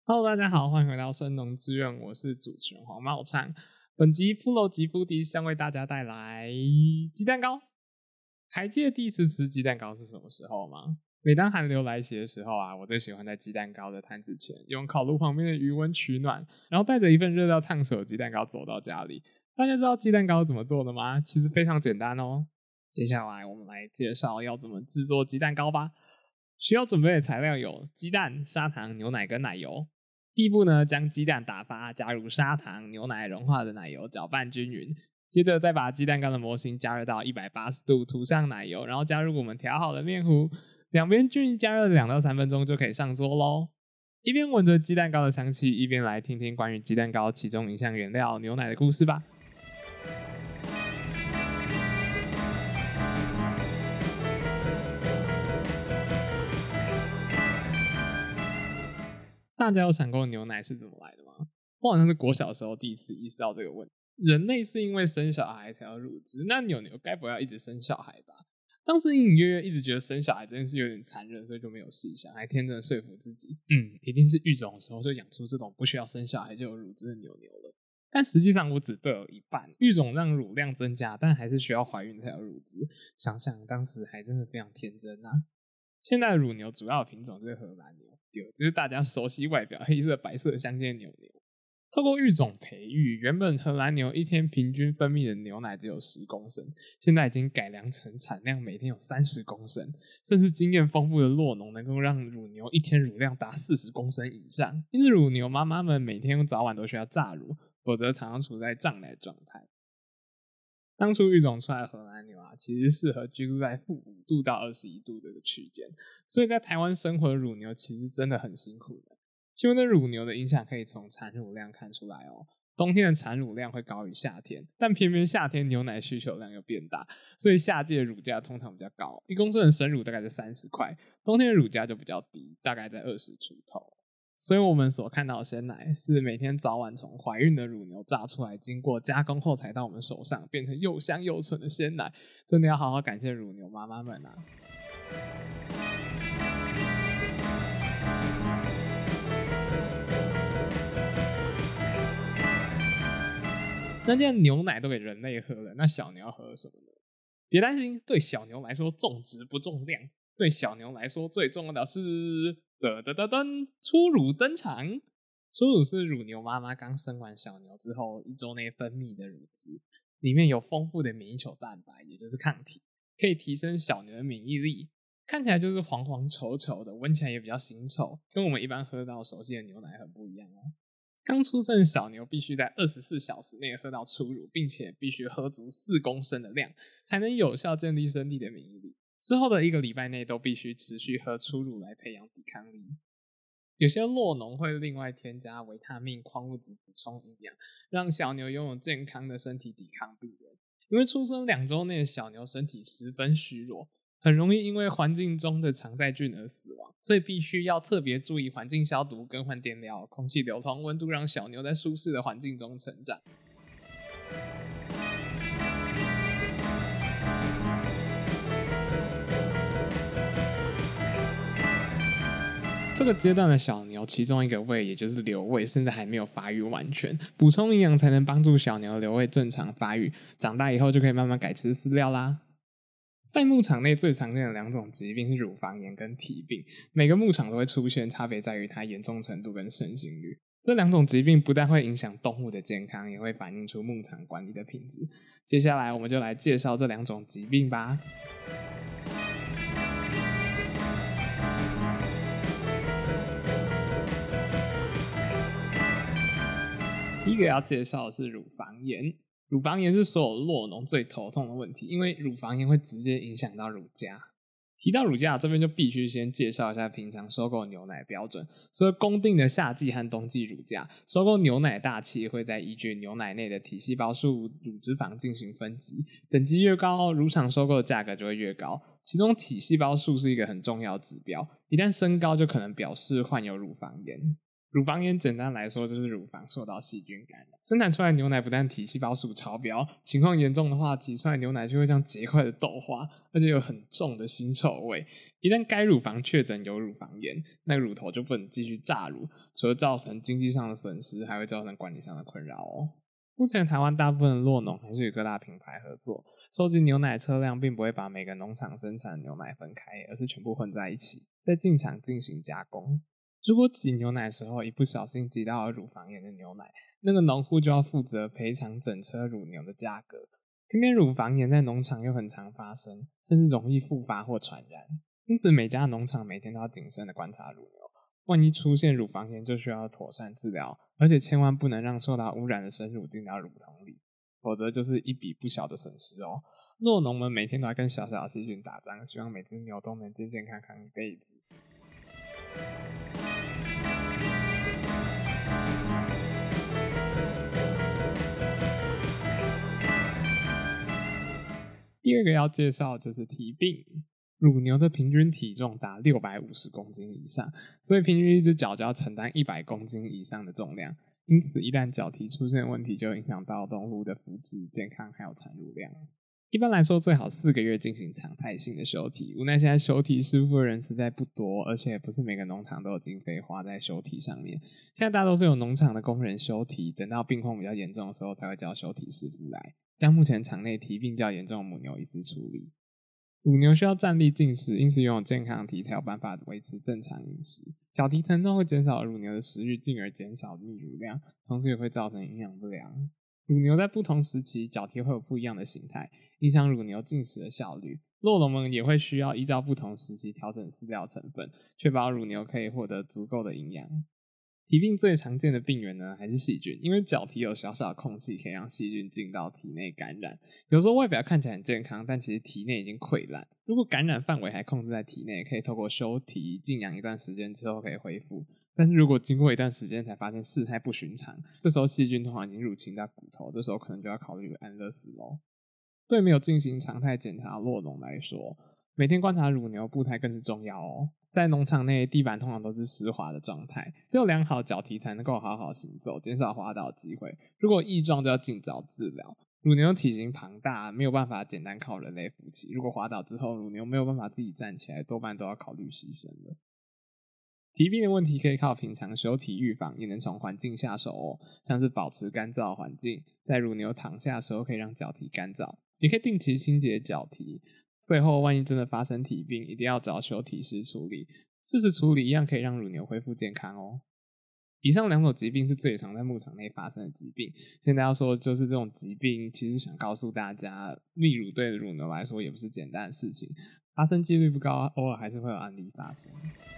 Hello，大家好，欢迎回到生农之愿，我是主持人黄茂畅。本集富楼吉夫迪将为大家带来鸡蛋糕。还记得第一次吃鸡蛋糕是什么时候吗？每当寒流来袭的时候啊，我最喜欢在鸡蛋糕的摊子前，用烤炉旁边的余温取暖，然后带着一份热到烫手的鸡蛋糕走到家里。大家知道鸡蛋糕怎么做的吗？其实非常简单哦。接下来我们来介绍要怎么制作鸡蛋糕吧。需要准备的材料有鸡蛋、砂糖、牛奶跟奶油。第一步呢，将鸡蛋打发，加入砂糖、牛奶融化的奶油，搅拌均匀。接着再把鸡蛋糕的模型加热到180度，涂上奶油，然后加入我们调好的面糊，两边均匀加热2到3分钟就可以上桌咯。一边闻着鸡蛋糕的香气，一边来听听关于鸡蛋糕其中一项原料牛奶的故事吧。大家有想过牛奶是怎么来的吗？我好像是国小的时候第一次意识到这个问题。人类是因为生小孩才有乳汁，那牛该不会要一直生小孩吧？当时隐隐约约一直觉得生小孩这件事有点残忍，所以就没有细想，还天真的说服自己，一定是育种的时候就养出这种不需要生小孩就有乳汁的牛了。但实际上我只对了一半，育种让乳量增加，但还是需要怀孕才有乳汁。想想当时还真的非常天真啊。现在的乳牛主要的品种就是荷兰牛，就是大家熟悉外表黑色白色相间的牛。透过育种培育，原本荷兰牛一天平均分泌的牛奶只有10公升，现在已经改良成产量每天有30公升，甚至经验丰富的酪农能够让乳牛一天乳量达40公升以上。因此乳牛妈妈们每天早晚都需要榨乳，否则常常处在胀奶状态。当初育种出来的荷兰牛啊，其实适合居住在-5度到21度这个区间，所以在台湾生活的乳牛其实真的很辛苦的。气温对乳牛的影响可以从产乳量看出来哦。冬天的产乳量会高于夏天，但偏偏夏天牛奶需求量又变大，所以夏季的乳价通常比较高，1公升的生乳大概在30块，冬天的乳价就比较低，大概在20出头。所以我们所看到的鲜奶是每天早晚从怀孕的乳牛榨出来，经过加工后才到我们手上，变成又香又纯的鲜奶。真的要好好感谢乳牛妈妈们啊！那既然牛奶都给人类喝了，那小牛要喝什么呢？别担心，对小牛来说重质不重量，对小牛来说最重要的是初乳登场。初乳是乳牛妈妈刚生完小牛之后1周内分泌的乳汁，里面有丰富的免疫球蛋白，也就是抗体，可以提升小牛的免疫力。看起来就是黄黄稠稠的，闻起来也比较腥臭，跟我们一般喝到熟悉的牛奶很不一样哦。刚出生的小牛必须在24小时内喝到初乳，并且必须喝足4公升的量，才能有效建立身体的免疫力。之后的1个礼拜内都必须持续喝初乳来培养抵抗力。有些酪农会另外添加维他命、矿物质补充营养，让小牛拥有健康的身体抵抗病人。因为出生2周内的小牛身体十分虚弱，很容易因为环境中的常在菌而死亡，所以必须要特别注意环境消毒、更换垫料、空气流通、温度，让小牛在舒适的环境中成长。这个阶段的小牛，其中一个胃也就是瘤胃，甚至还没有发育完全，补充营养才能帮助小牛瘤胃正常发育，长大以后就可以慢慢改吃饲料啦。在牧场内最常见的2种疾病是乳房炎跟蹄病，每个牧场都会出现，差别在于它严重程度跟盛行率。这2种疾病不但会影响动物的健康，也会反映出牧场管理的品质。接下来我们就来介绍这2种疾病吧。第一个要介绍的是乳房炎。乳房炎是所有酪农最头痛的问题，因为乳房炎会直接影响到乳价。提到乳价，这边就必须先介绍一下平常收购牛奶标准。除了公定的夏季和冬季乳价，收购牛奶大企会在依据牛奶内的体细胞数、乳脂肪进行分级，等级越高，乳厂收购的价格就会越高。其中体细胞数是一个很重要的指标，一旦升高就可能表示患有乳房炎。 乳房炎简单来说就是乳房受到细菌感染，生产出来的牛奶不但体细胞数超标，情况严重的话，挤出来的牛奶就会像结块的豆花，而且有很重的腥臭味。一旦该乳房确诊有乳房炎，那个乳头就不能继续榨乳，除了造成经济上的损失，还会造成管理上的困扰哦。目前台湾大部分的酪农还是与各大品牌合作，收集牛奶车辆并不会把每个农场生产的牛奶分开，而是全部混在一起，在进场进行加工。如果挤牛奶的时候一不小心挤到了乳房炎的牛奶，那个农户就要负责赔偿整车乳牛的价格。偏偏乳房炎在农场又很常发生，甚至容易复发或传染，因此每家农场每天都要谨慎的观察乳牛，万一出现乳房炎就需要妥善治疗，而且千万不能让受到污染的生乳进到乳头里，否则就是一笔不小的损失哦。酪农们每天都在跟小小的细菌打仗，希望每只牛都能健健康康一辈子。第二个要介绍就是蹄病。乳牛的平均体重达650公斤以上，所以平均一只脚就要承担100公斤以上的重量，因此一旦脚蹄出现问题，就影响到动物的福祉、健康还有产乳量。一般来说，最好4个月进行常态性的休蹄，无奈现在休蹄师傅的人实在不多，而且不是每个农场都有经费花在休蹄上面。现在大多是有农场的工人休蹄，等到病况比较严重的时候才会叫休蹄师傅来，将目前场内蹄病较严重的母牛一次处理。乳牛需要站立进食，因此拥有健康的蹄才有办法维持正常饮食。脚蹄疼痛会减少乳牛的食欲，进而减少泌乳量，同时也会造成营养不良。乳牛在不同时期脚蹄会有不一样的形态，影响乳牛进食的效率。酪农们也会需要依照不同时期调整饲料成分，确保乳牛可以获得足够的营养。蹄病最常见的病源呢，还是细菌，因为脚蹄有小小的空隙可以让细菌进到体内感染。有时候外表看起来很健康，但其实体内已经溃烂。如果感染范围还控制在体内，可以透过休蹄静养一段时间之后可以恢复。但是如果经过一段时间才发现事态不寻常，这时候细菌通常已经入侵到骨头，这时候可能就要考虑安乐死咯。对没有进行常态检查的酪农来说，每天观察乳牛步态更是重要哦。在农场内，地板通常都是湿滑的状态，只有良好的脚蹄才能够好好行走，减少滑倒的机会。如果异状就要尽早治疗。乳牛体型庞大，没有办法简单靠人类扶起，如果滑倒之后，乳牛没有办法自己站起来，多半都要考虑牺牲了。蹄病的问题可以靠平常休蹄预防，也能从环境下手哦，像是保持干燥环境，在乳牛躺下的时候可以让脚蹄干燥，也可以定期清洁脚蹄。最后，万一真的发生蹄病，一定要找休蹄师处理，适时处理一样可以让乳牛恢复健康哦。以上2种疾病是最常在牧场内发生的疾病。现在要说就是这种疾病，其实想告诉大家，泌乳对乳牛来说也不是简单的事情，发生几率不高，偶尔还是会有案例发生。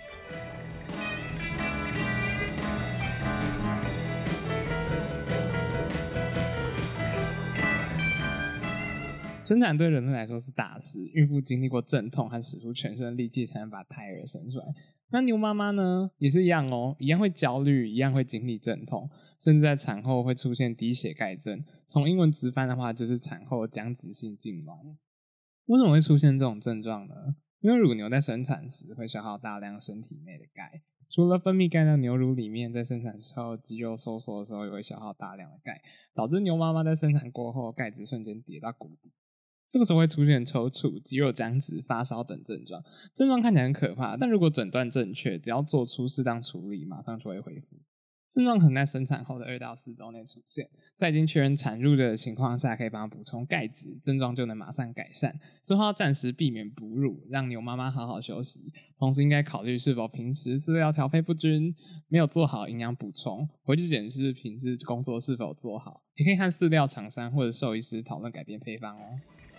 生产对人类来说是大事，孕妇经历过阵痛和使出全身力气才能把胎儿生出来。那牛妈妈呢，也是一样哦，一样会焦虑，一样会经历阵痛，甚至在产后会出现低血钙症。从英文直翻的话，就是产后僵直性痉挛。为什么会出现这种症状呢？因为乳牛在生产时会消耗大量身体内的钙，除了分泌钙到牛乳里面，在生产时候肌肉收缩的时候也会消耗大量的钙，导致牛妈妈在生产过后钙质瞬间跌到谷底。这个时候会出现抽搐、肌肉僵直、发烧等症状，症状看起来很可怕，但如果诊断正确，只要做出适当处理，马上就会恢复。症状可能在生产后的2到4周内出现，在已经确认产褥的情况下，可以帮它补充钙质，症状就能马上改善。之后要暂时避免哺乳，让牛妈妈好好休息，同时应该考虑是否平时饲料调配不均，没有做好营养补充，回去检视平时工作是否做好，也可以和饲料厂商或者兽医师讨论改变配方哦。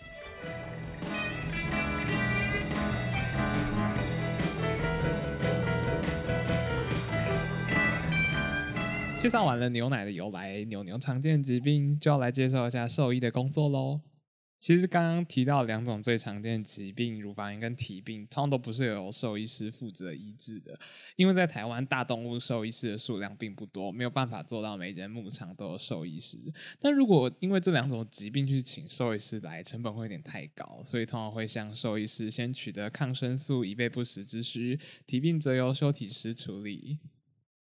介绍完了牛奶的由来、牛常见的疾病，就要来介绍一下兽医的工作咯。其实刚刚提到2种最常见的疾病，乳房炎跟蹄病，通常都不是由兽医师负责医治的，因为在台湾大动物兽医师的数量并不多，没有办法做到每一间牧场都有兽医师。但如果因为这2种疾病去请兽医师来，成本会有点太高，所以通常会向兽医师先取得抗生素以备不时之需，蹄病则由休蹄师处理。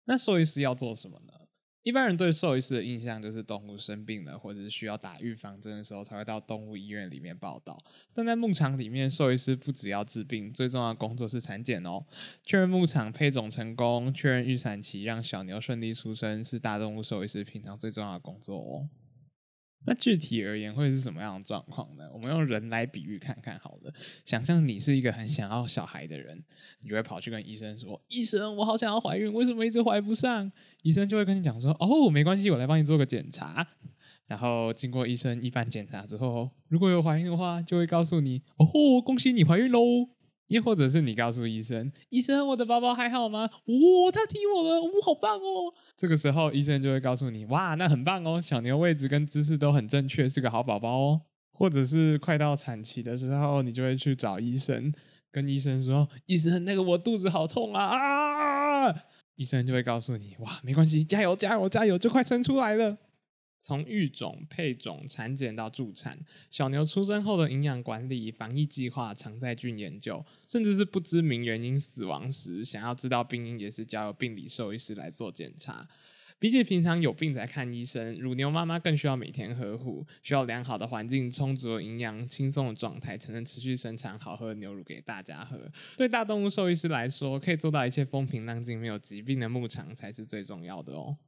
那兽医师要做什么呢？一般人对兽医师的印象就是动物生病了或者是需要打预防针的时候才会到动物医院里面报道，但在牧场里面，兽医师不只要治病，最重要的工作是产检哦。确认牧场配种成功，确认预产期，让小牛顺利出生，是大动物兽医师平常最重要的工作哦。那具体而言会是什么样的状况呢？我们用人来比喻看看好了。想象你是一个很想要小孩的人，你就会跑去跟医生说：“医生，我好想要怀孕，为什么一直怀不上？”医生就会跟你讲说：“哦，没关系，我来帮你做个检查。”然后经过医生一番检查之后，如果有怀孕的话，就会告诉你：“哦，恭喜你怀孕喽！”又或者是你告诉医生：“医生，我的宝宝还好吗？”“哦，他踢我了，好棒哦！”这个时候医生就会告诉你：“哇，那很棒哦，小牛位置跟姿势都很正确，是个好宝宝哦。”或者是快到产期的时候，你就会去找医生，跟医生说：“医生，那个我肚子好痛啊！”医生就会告诉你：“哇，没关系，加油加油加油，就快生出来了。”从育种、配种、产检到助产，小牛出生后的营养管理、防疫计划、常在菌研究，甚至是不知名原因死亡时，想要知道病因也是交由病理兽医师来做检查。比起平常有病才看医生，乳牛妈妈更需要每天呵护，需要良好的环境、充足的营养、轻松的状态，才能持续生产好喝的牛乳给大家喝。对大动物兽医师来说，可以做到一切风平浪静、没有疾病的牧场才是最重要的哦。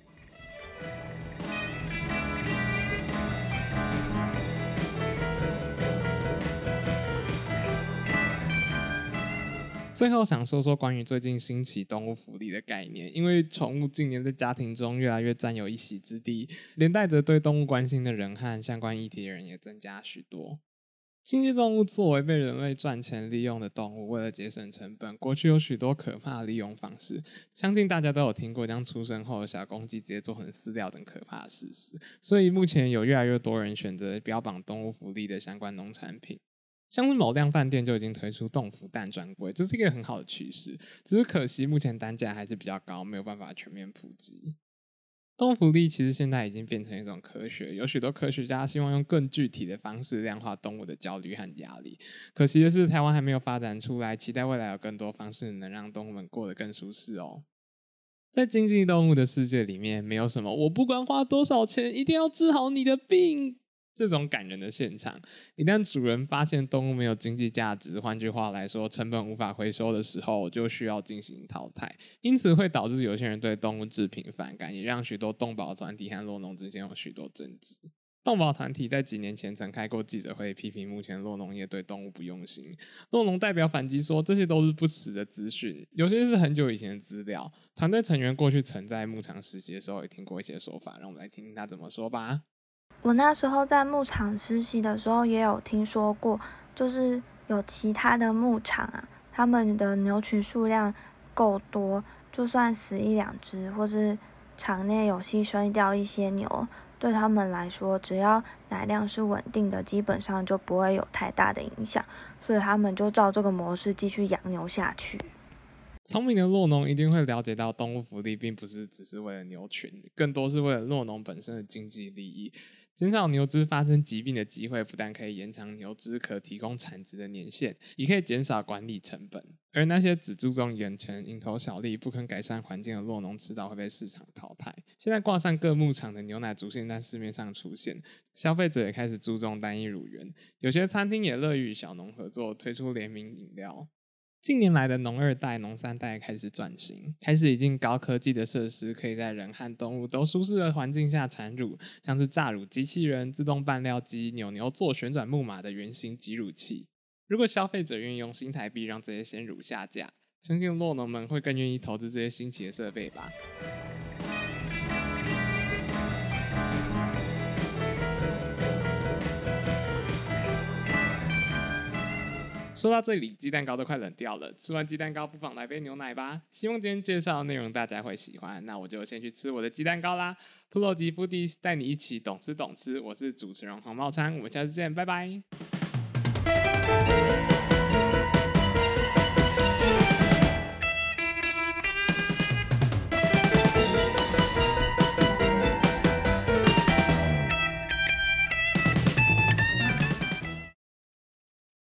最后想说说关于最近兴起动物福利的概念，因为宠物近年在家庭中越来越占有一席之地，连带着对动物关心的人和相关议题的人也增加许多。经济动物作为被人类赚钱利用的动物，为了节省成本，过去有许多可怕的利用方式，相信大家都有听过将出生后的小公鸡直接做成饲料等可怕的事实，所以目前有越来越多人选择标榜动物福利的相关农产品。像是某量饭店就已经推出冻福蛋专柜，这是一个很好的趋势，只是可惜目前单价还是比较高，没有办法全面普及。动物福利其实现在已经变成一种科学，有许多科学家希望用更具体的方式量化动物的焦虑和压力。可惜的是，台湾还没有发展出来，期待未来有更多方式能让动物们过得更舒适哦。在经济动物的世界里面，没有什么我不管花多少钱，一定要治好你的病这种感人的现场。一旦主人发现动物没有经济价值，换句话来说成本无法回收的时候，就需要进行淘汰，因此会导致有些人对动物制品反感，也让许多动保团体和酪农之间有许多争执。动保团体在几年前曾开过记者会，批评目前酪农业对动物不用心。酪农代表反击说，这些都是不实的资讯，有些是很久以前的资料。团队成员过去曾在牧场实习的时候也听过一些说法，让我们来听听他怎么说吧。 我那时候在牧场实习的时候也有听说过，就是有其他的牧场啊，他们的牛群数量够多，就算死一两只，或是场内有牺牲掉一些牛，对他们来说，只要奶量是稳定的，基本上就不会有太大的影响，所以他们就照这个模式继续养牛下去。 聪明的酪农一定会了解到，动物福利并不是只是为了牛群，更多是为了酪农本身的经济利益。减少牛只发生疾病的机会，不但可以延长牛只可提供产值的年限，也可以减少管理成本。而那些只注重眼前蝇头小利、不肯改善环境的酪农，迟早会被市场淘汰。现在挂上各牧场的牛奶逐渐在市面上出现，消费者也开始注重单一乳源，有些餐厅也乐于与小农合作，推出联名饮料。近年来的农二代、农三代开始转型，开始引进高科技的设施，可以在人和动物都舒适的环境下产乳，像是榨乳机器人、自动拌料机、扭做旋转木马的圆形挤乳器。如果消费者愿意用新台币让这些鲜乳下架，相信酪农们会更愿意投资这些新奇的设备吧。说到这里，鸡蛋糕都快冷掉了。吃完鸡蛋糕，不妨来杯牛奶吧。希望今天介绍的内容大家会喜欢，那我就先去吃我的鸡蛋糕啦。Pro 及 Foodies 带你一起懂吃懂吃，我是主持人黄茂昌，我们下次见，拜拜。